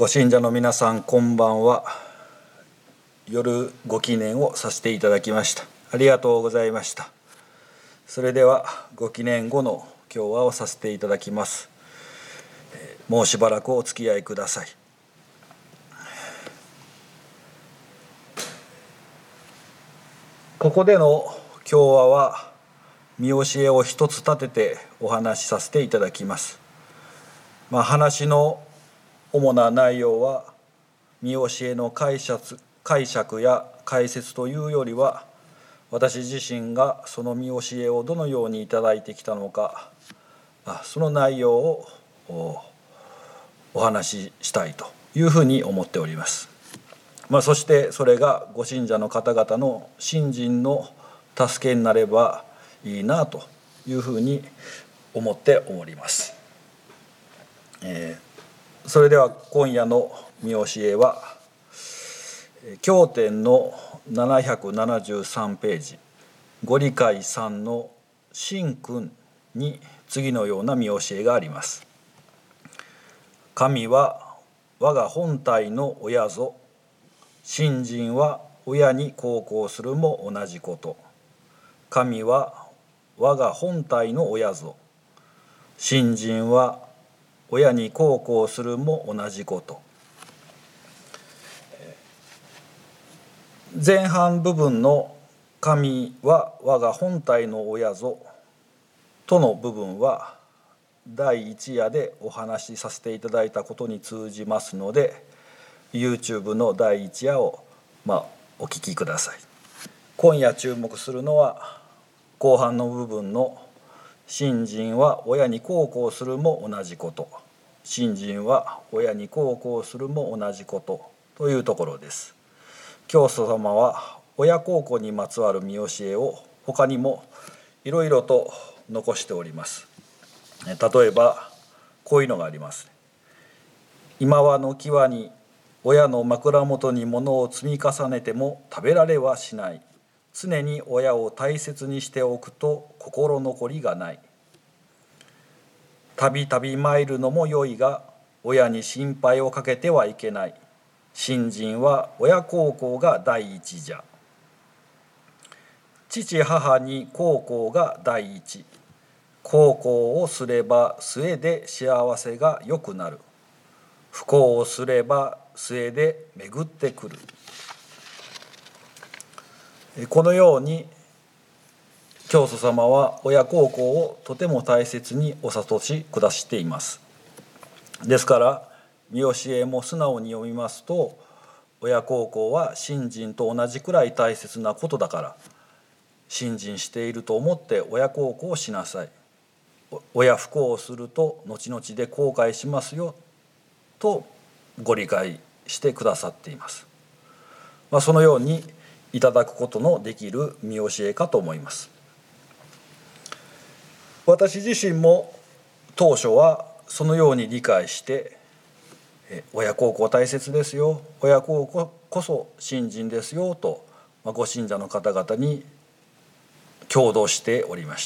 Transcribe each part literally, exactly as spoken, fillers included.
ご信者の皆さん、こんばんは。夜ご記念をさせていただきました。ありがとうございました。それではご記念後の講話をさせていただきます。もうしばらくお付き合いください。ここでの講話は見教えを一つ立ててお話しさせていただきます。まあ、話の主な内容は見教えの解釈、解釈や解説というよりは、私自身がその見教えをどのようにいただいてきたのか、その内容をお話ししたいというふうに思っております。まあ、そしてそれがご信者の方々の信心の助けになればいいなというふうに思っております。えーそれでは今夜の見教えは経典のななひゃくななじゅうさんページご理解さんの真訓に次のような見教えがあります。神は我が本体の親ぞ、信心は親に孝行するも同じこと。神は我が本体の親ぞ、信心は親に孝行するも同じこと。前半部分の神は我が本体の親ぞとの部分はだいいち夜でお話しさせていただいたことに通じますので、 YouTube のだいいち夜をまあお聞きください。今夜注目するのは後半の部分の信心は親に孝行するも同じこと、信心は親に孝行するも同じことというところです。教祖様は親孝行にまつわる見教えを他にもいろいろと残しております。例えばこういうのがあります。今はの際に親の枕元に物を積み重ねても食べられはしない。常に親を大切にしておくと心残りがない。たびたび参るのも良いが、親に心配をかけてはいけない。信心は親孝行が第一じゃ。父母に孝行が第一。孝行をすれば末で幸せが良くなる。不幸をすれば末で巡ってくる。このように教祖様は親孝行をとても大切にお諭し下しています。ですから見教えも素直に読みますと、親孝行は信心と同じくらい大切なことだから、信心していると思って親孝行をしなさい。親不孝をすると後々で後悔しますよとご理解してくださっています。まあ、そのようにいただくことのできる見教えかと思います。私自身も当初はそのように理解して、親孝行大切ですよ、親孝行こそ信心ですよと、まあ、ご信者の方々に教導しておりました。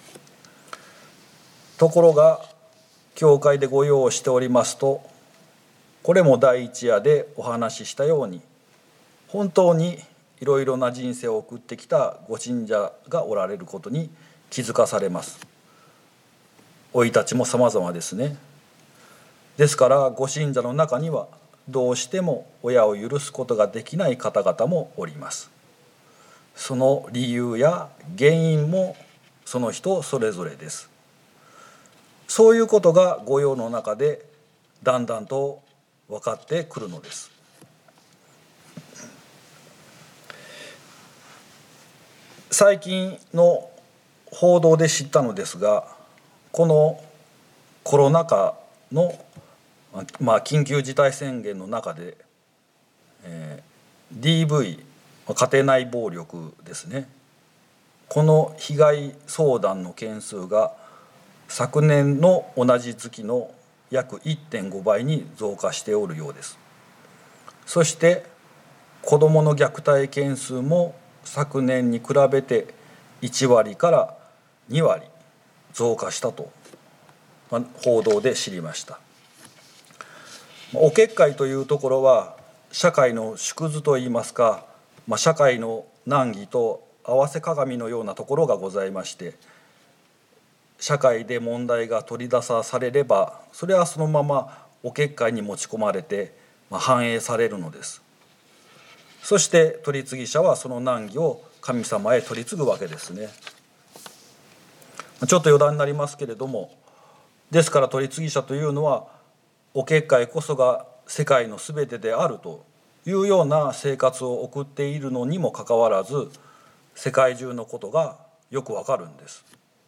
ところが教会でご用をしておりますと、これも第一夜でお話ししたように、本当にいろいろな人生を送ってきたご信者がおられることに気づかされます。生い立ちも様々ですね。ですからご信者の中にはどうしても親を許すことができない方々もおります。その理由や原因もその人それぞれです。そういうことが御用の中でだんだんと分かってくるのです。最近の報道で知ったのですが、このコロナ禍の、まあ、緊急事態宣言の中で、えー、ディーブイ 家庭内暴力ですね、この被害相談の件数が昨年の同じ月の約 いってんご 倍に増加しておるようです。そして子どもの虐待件数も昨年に比べていち割からに割増加したと報道で知りました。 お結界というところは社会の縮図といいますか、まあ、社会の難儀と合わせ鏡のようなところがございまして、社会で問題が取り出さされればそれはそのままお結界に持ち込まれて、まあ、反映されるのです。そして取り次ぎ者はその難儀を神様へ取り次ぐわけですね。ちょっと余談になりますけれども、ですから取り次ぎ者というのはお結界こそが世界のすべてであるというような生活を送っているのにもかかわらず、世界中のことがよくわかるんです。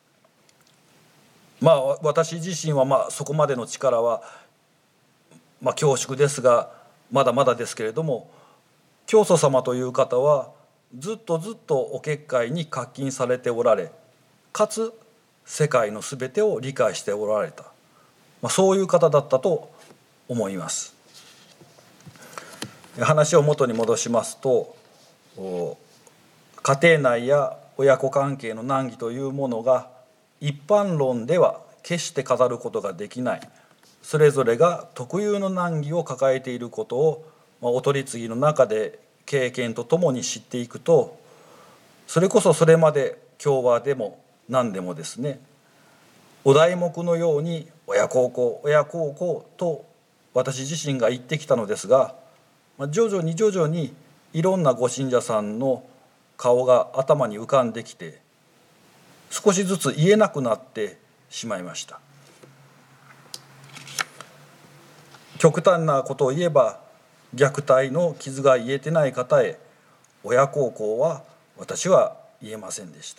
まあ私自身はまあそこまでの力はまあ恐縮ですがまだまだですけれども、教祖様という方はずっとずっとお結界に攫禁されておられ、かつ世界のすべてを理解しておられた、まあ、そういう方だったと思います。話を元に戻しますと、家庭内や親子関係の難儀というものが一般論では決して語ることができない、それぞれが特有の難儀を抱えていることを、まあ、お取り次ぎの中で経験とともに知っていくと、それこそそれまで教話でも何でもですね、お題目のように親孝行親孝行と私自身が言ってきたのですが、徐々に徐々にいろんなご信者さんの顔が頭に浮かんできて、少しずつ言えなくなってしまいました。極端なことを言えば、虐待の傷が癒えてない方へ親孝行は私は言えませんでした。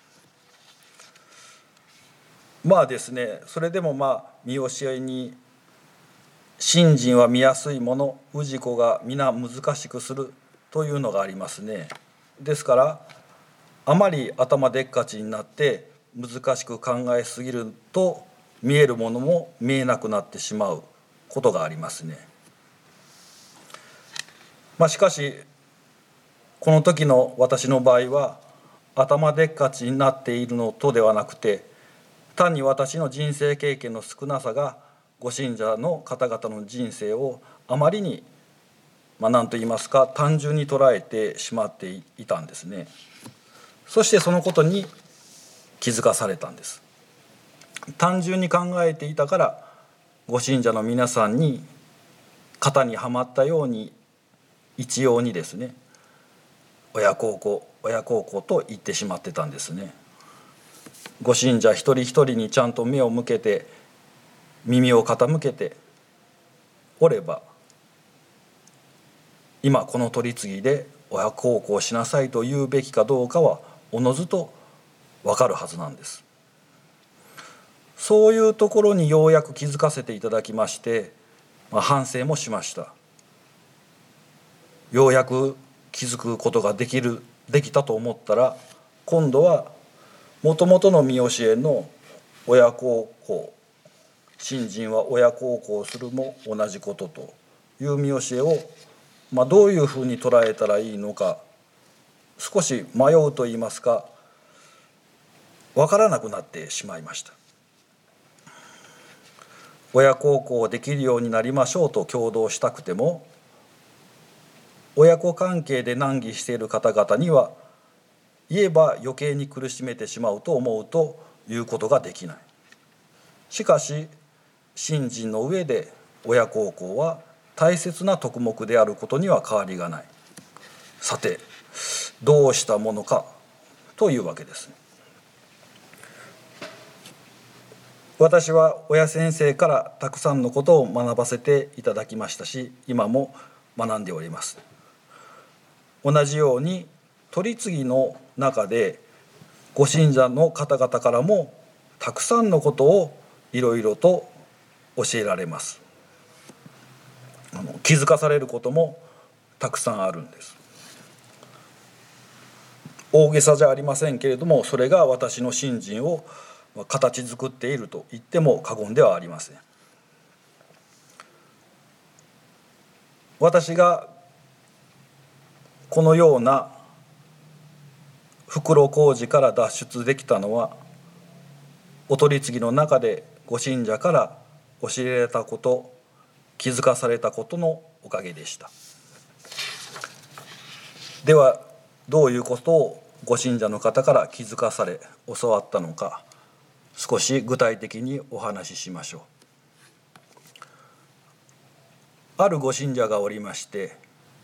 まあですね、それでもまあ見教えに信心は見やすいもの、氏子が皆難しくするというのがありますね。ですからあまり頭でっかちになって難しく考えすぎると見えるものも見えなくなってしまうことがありますね。まあ、しかしこの時の私の場合は頭でっかちになっているのとではなくて、単に私の人生経験の少なさがご信者の方々の人生をあまりに、まあ、何と言いますか単純に捉えてしまっていたんですね。そしてそのことに気づかされたんです。単純に考えていたからご信者の皆さんに型にはまったように一様にですね、親孝行親孝行と言ってしまってたんですね。ご信者一人一人にちゃんと目を向けて耳を傾けておれば、今この取り次ぎで親孝行しなさいと言うべきかどうかはおのずと分かるはずなんです。そういうところにようやく気づかせていただきまして、まあ、反省もしました。ようやく気づくことができるできたと思ったら、今度はもともとの見教えの親孝行、信心は親孝行するも同じことという見教えを、まあ、どういうふうに捉えたらいいのか少し迷うと言いますか、分からなくなってしまいました。親孝行できるようになりましょうと共同したくても、親子関係で難儀している方々には言えば余計に苦しめてしまうと思うということができない。しかし信心の上で親孝行は大切な徳目であることには変わりがない。さてどうしたものかというわけです。私は親先生からたくさんのことを学ばせていただきましたし、今も学んでおります。同じように取り次ぎの中でご信者の方々からもたくさんのことをいろいろと教えられます。あの気づかされることもたくさんあるんです。大げさじゃありませんけれども、それが私の信心を形作っていると言っても過言ではありません。私がこのような袋小路から脱出できたのは、お取り次ぎの中でご信者から教えられたこと、 気づかされたことのおかげでした。ではどういうことをご信者の方から気づかされ教わったのか、少し具体的にお話ししましょう。あるご信者がおりまして、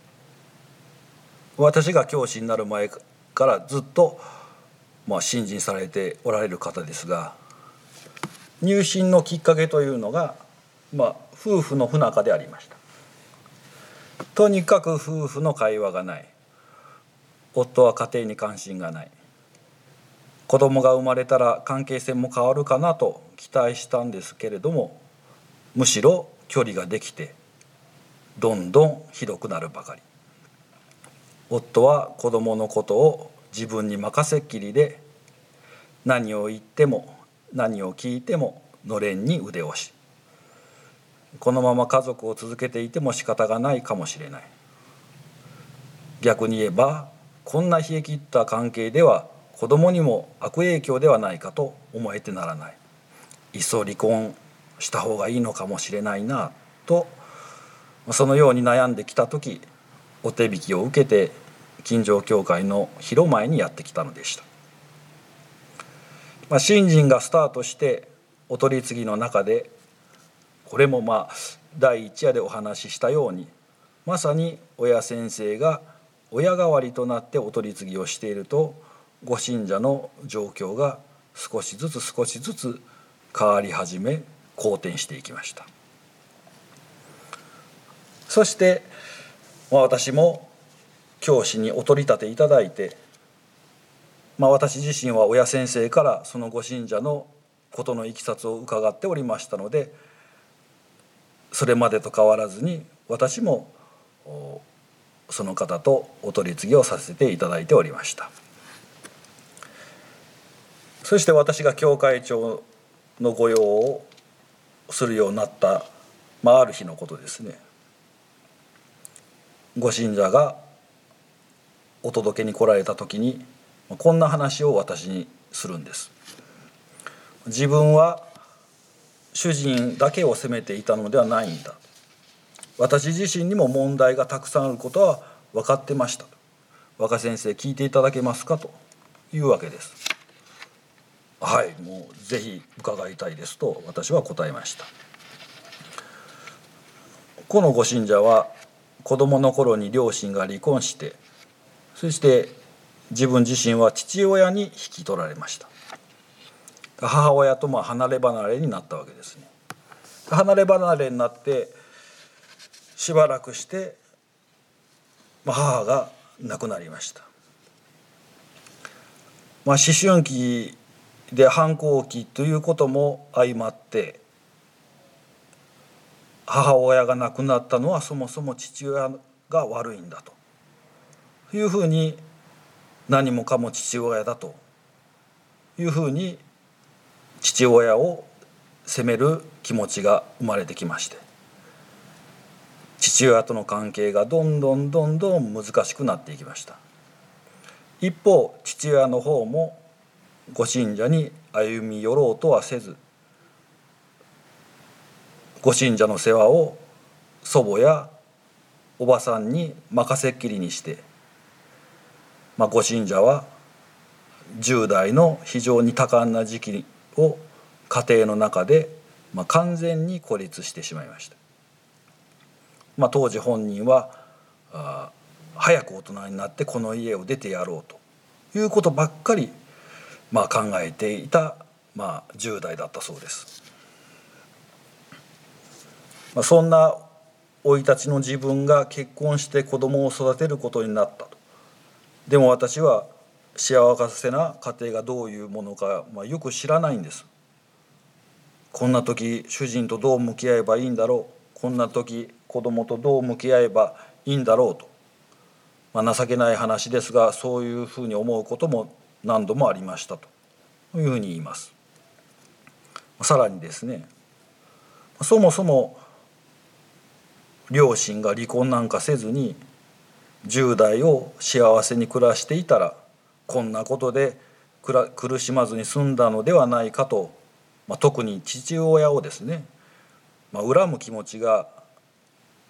私が教師になる前からずっと、まあ、信心されておられる方ですが、入信のきっかけというのが、まあ、夫婦の不仲でありました。とにかく夫婦の会話がない、夫は家庭に関心がない、子供が生まれたら関係性も変わるかなと期待したんですけれども、むしろ距離ができてどんどんひどくなるばかり。夫は子供のことを自分に任せっきりで、何を言っても何を聞いてものれんに腕押し。このまま家族を続けていても仕方がないかもしれない。逆に言えば、こんな冷え切った関係では子供にも悪影響ではないかと思えてならない。いっそ離婚した方がいいのかもしれないなと、そのように悩んできた時、お手引きを受けて近所教会の広前にやってきたのでした。まあ、信心がスタートしてお取り次ぎの中で、これもまあ第一夜でお話ししたように、まさに親先生が親代わりとなってお取り次ぎをしていると、ご信者の状況が少しずつ少しずつ変わり始め、好転していきました。そして、まあ、私も教師にお取り立ていただいて、まあ、私自身は親先生からそのご信者のことのいきさつを伺っておりましたので、それまでと変わらずに私もその方とお取り次ぎをさせていただいておりました。そして私が教会長の御用をするようになった、まあ、ある日のことですね。ご信者がお届けに来られた時に、こんな話を私にするんです。自分は主人だけを責めていたのではないんだ。私自身にも問題がたくさんあることは分かってました。若先生、聞いていただけますかというわけです。はい、もうぜひ伺いたいですと私は答えました。このご信者は子供の頃に両親が離婚して、そして自分自身は父親に引き取られました。母親とも離れ離れになったわけですね。離れ離れになってしばらくして母が亡くなりました。まあ、思春期で反抗期ということも相まって、母親が亡くなったのはそもそも父親が悪いんだというふうに、何もかも父親だというふうに父親を責める気持ちが生まれてきまして、父親との関係がどんどんどんどん難しくなっていきました。一方、父親の方もご信者に歩み寄ろうとはせず、ご信者の世話を祖母やおばさんに任せっきりにして、まあ、ご信者はじゅう代の非常に多感な時期を家庭の中で、まあ、完全に孤立してしまいました。まあ、当時本人はあ早く大人になってこの家を出てやろうということばっかり、まあ、考えていた、まあ、じゅう代だったそうです。まあ、そんな生い立ちの自分が結婚して子供を育てることになったと。でも私は幸せな家庭がどういうものか、まあ、よく知らないんです。こんな時主人とどう向き合えばいいんだろう、こんな時子供とどう向き合えばいいんだろうと、まあ、情けない話ですが、そういうふうに思うことも何度もありましたというふうに言います。さらにですね、そもそも両親が離婚なんかせずにじゅう代を幸せに暮らしていたら、こんなことで苦しまずに済んだのではないかと、まあ、特に父親をですね、まあ、恨む気持ちが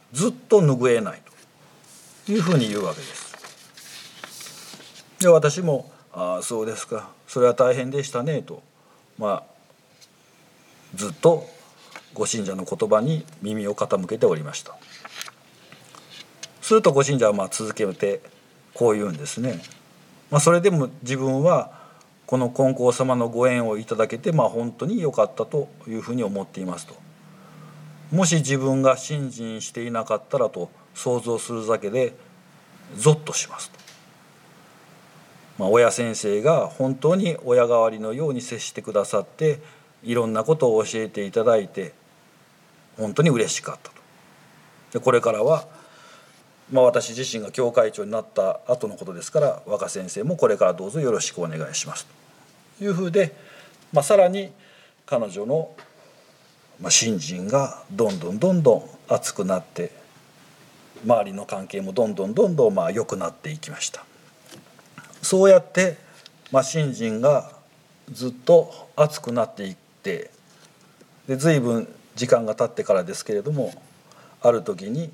ずっと拭えないというふうに言うわけです。で私も「ああそうですか、それは大変でしたね」と、まあずっとご信者の言葉に耳を傾けておりました。するとご信者はまあ続けてこう言うんですね。まあ、それでも自分はこの金光様のご縁をいただけてまあ本当に良かったというふうに思っていますと。もし自分が信心していなかったらと想像するだけでゾッとしますと。まあ、親先生が本当に親代わりのように接してくださっていろんなことを教えていただいて本当に嬉しかったと。でこれからはまあ、私自身が教会長になった後のことですから若先生もこれからどうぞよろしくお願いしますというふうで、まあ、さらに彼女の信心がどんどんどんどん熱くなって周りの関係もどんどんどんどんまあ良くなっていきました。そうやって、まあ、信心がずっと熱くなっていってで随分時間が経ってからですけれどもある時に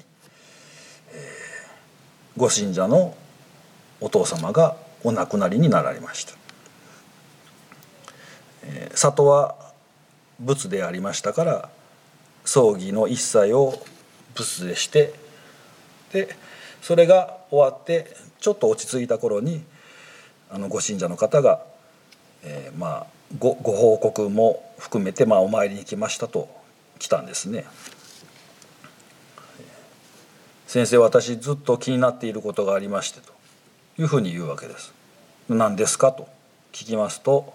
ご信者のお父様がお亡くなりになられました。えー、里は仏でありましたから葬儀の一切を仏でしてでそれが終わってちょっと落ち着いた頃にあのご信者の方が、えー、まあ ご, ご報告も含めてまあお参りに来ましたと来たんですね。先生私ずっと気になっていることがありましてというふうに言うわけです。何ですかと聞きますと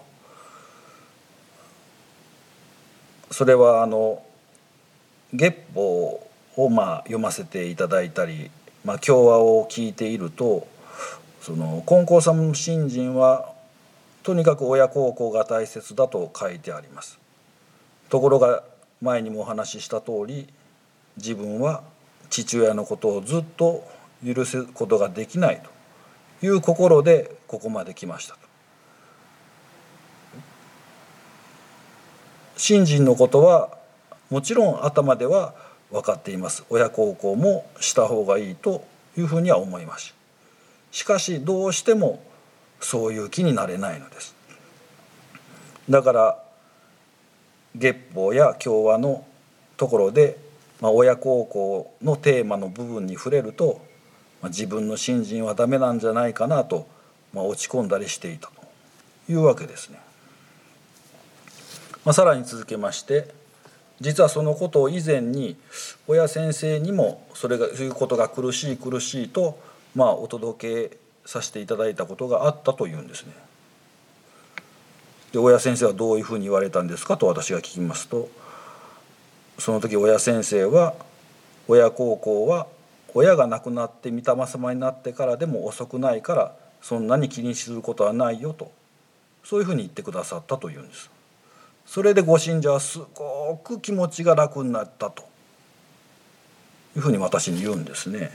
それはあの月報をまあ読ませていただいたり、まあ、教話を聞いているとその金光様の信心はとにかく親孝行が大切だと書いてあります。ところが前にもお話しした通り自分は父親のことをずっと許すことができないという心でここまで来ましたと。信心のことはもちろん頭では分かっています。親孝行もした方がいいというふうには思います。しかしどうしてもそういう気になれないのです。だから月報や教話のところでまあ、親孝行のテーマの部分に触れると、まあ、自分の信心はダメなんじゃないかなと、まあ、落ち込んだりしていたというわけですね。まあ、さらに続けまして実はそのことを以前に親先生にもそれがそういうことが苦しい苦しいと、まあ、お届けさせていただいたことがあったというんですね。で親先生はどういうふうに言われたんですかと私が聞きますとその時親先生は親孝行は親が亡くなって御霊様になってからでも遅くないからそんなに気にすることはないよとそういうふうに言ってくださったというんです。それでご信者はすごく気持ちが楽になったというふうに私に言うんですね。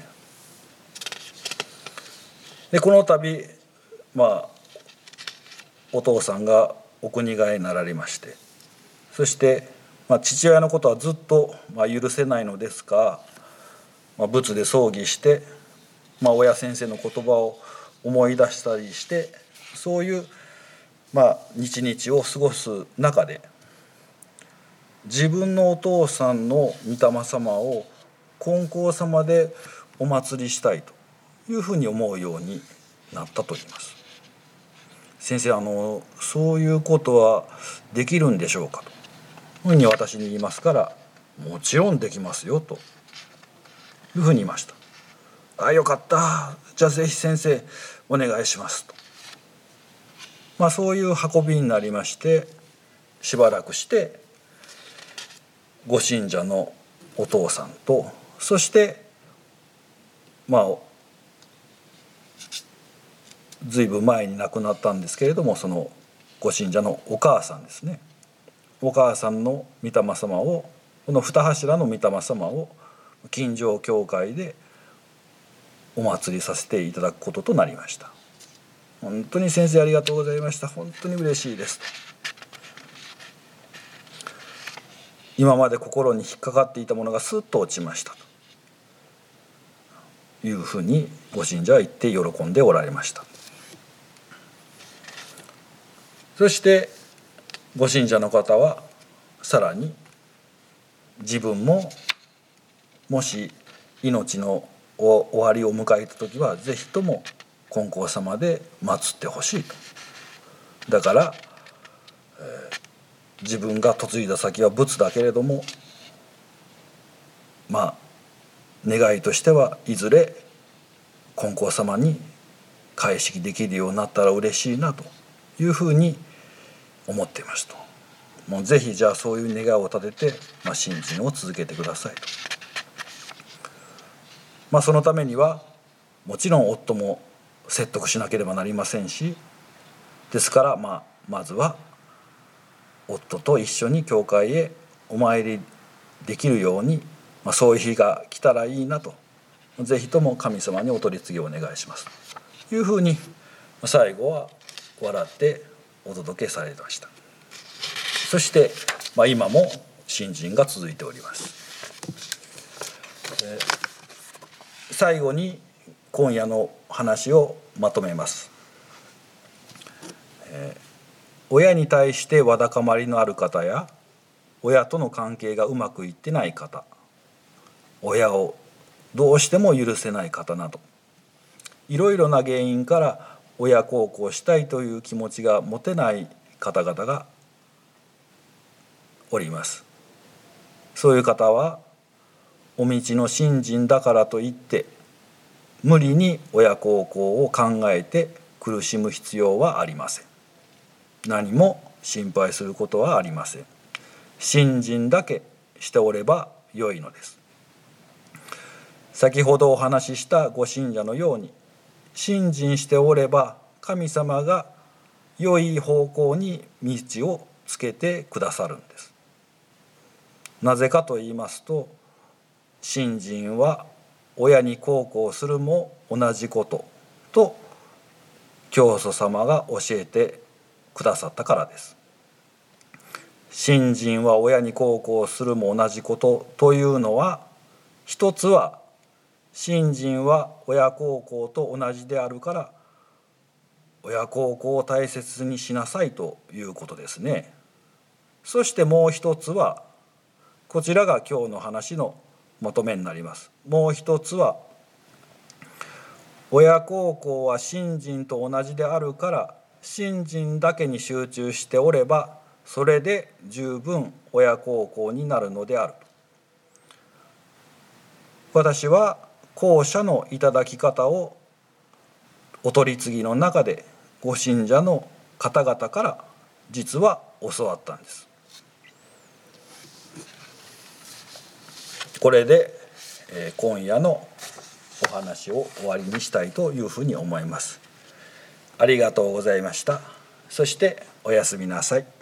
でこの度まあお父さんがお国替えになられましてそしてまあ、父親のことはずっとまあ許せないのですが、まあ、仏で葬儀して、まあ、親先生の言葉を思い出したりしてそういうまあ日々を過ごす中で自分のお父さんの御霊様を金光様でお祭りしたいというふうに思うようになったと言います。先生あのそういうことはできるんでしょうかとふうに私に言いますからもちろんできますよというふうに言いました。ああよかったじゃあぜひ先生お願いしますと、まあ、そういう運びになりましてしばらくしてご信者のお父さんとそしてまあずいぶん前に亡くなったんですけれどもそのご信者のお母さんですねお母さんの御霊様をこの二柱の御霊様を近所教会でお祭りさせていただくこととなりました。本当に先生ありがとうございました本当に嬉しいですと今まで心に引っかかっていたものがスッと落ちましたというふうにご信者は言って喜んでおられました。そしてご信者の方はさらに、自分ももし命の終わりを迎えた時はぜひとも金光様で祀ってほしいと。だから、えー、自分が嫁いだ先は仏だけれども、まあ願いとしてはいずれ金光様に開式できるようになったら嬉しいなというふうに思っていますと。もうぜひじゃあそういう願いを立てて、まあ、信心を続けてくださいと。まあそのためにはもちろん夫も説得しなければなりませんし、ですからまあまずは夫と一緒に教会へお参りできるように、まあ、そういう日が来たらいいなと、ぜひとも神様にお取り次ぎをお願いしますというふうに最後は笑ってお届けされました。そして、まあ、今も信心が続いております。最後に今夜の話をまとめます。えー、親に対してわだかまりのある方や、親との関係がうまくいってない方、親をどうしても許せない方など、いろいろな原因から親孝行したいという気持ちが持てない方々がおります。そういう方はお道の信心だからといって無理に親孝行を考えて苦しむ必要はありません。何も心配することはありません。信心だけしておればよいのです。先ほどお話ししたご信者のように、信心しておれば神様が良い方向に道をつけてくださるんです。なぜかと言いますと、信心は親に孝行するも同じことと教祖様が教えてくださったからです。信心は親に孝行するも同じことというのは、一つは信心は親孝行と同じであるから親孝行を大切にしなさいということですね。そしてもう一つは、こちらが今日の話のまとめになります。もう一つは、親孝行は信心と同じであるから信心だけに集中しておればそれで十分親孝行になるのである。私は後者のいただき方をお取り次ぎの中でご信者の方々から実は教わったんです。これで、えー、今夜のお話を終わりにしたいというふうに思います。ありがとうございました。そしておやすみなさい。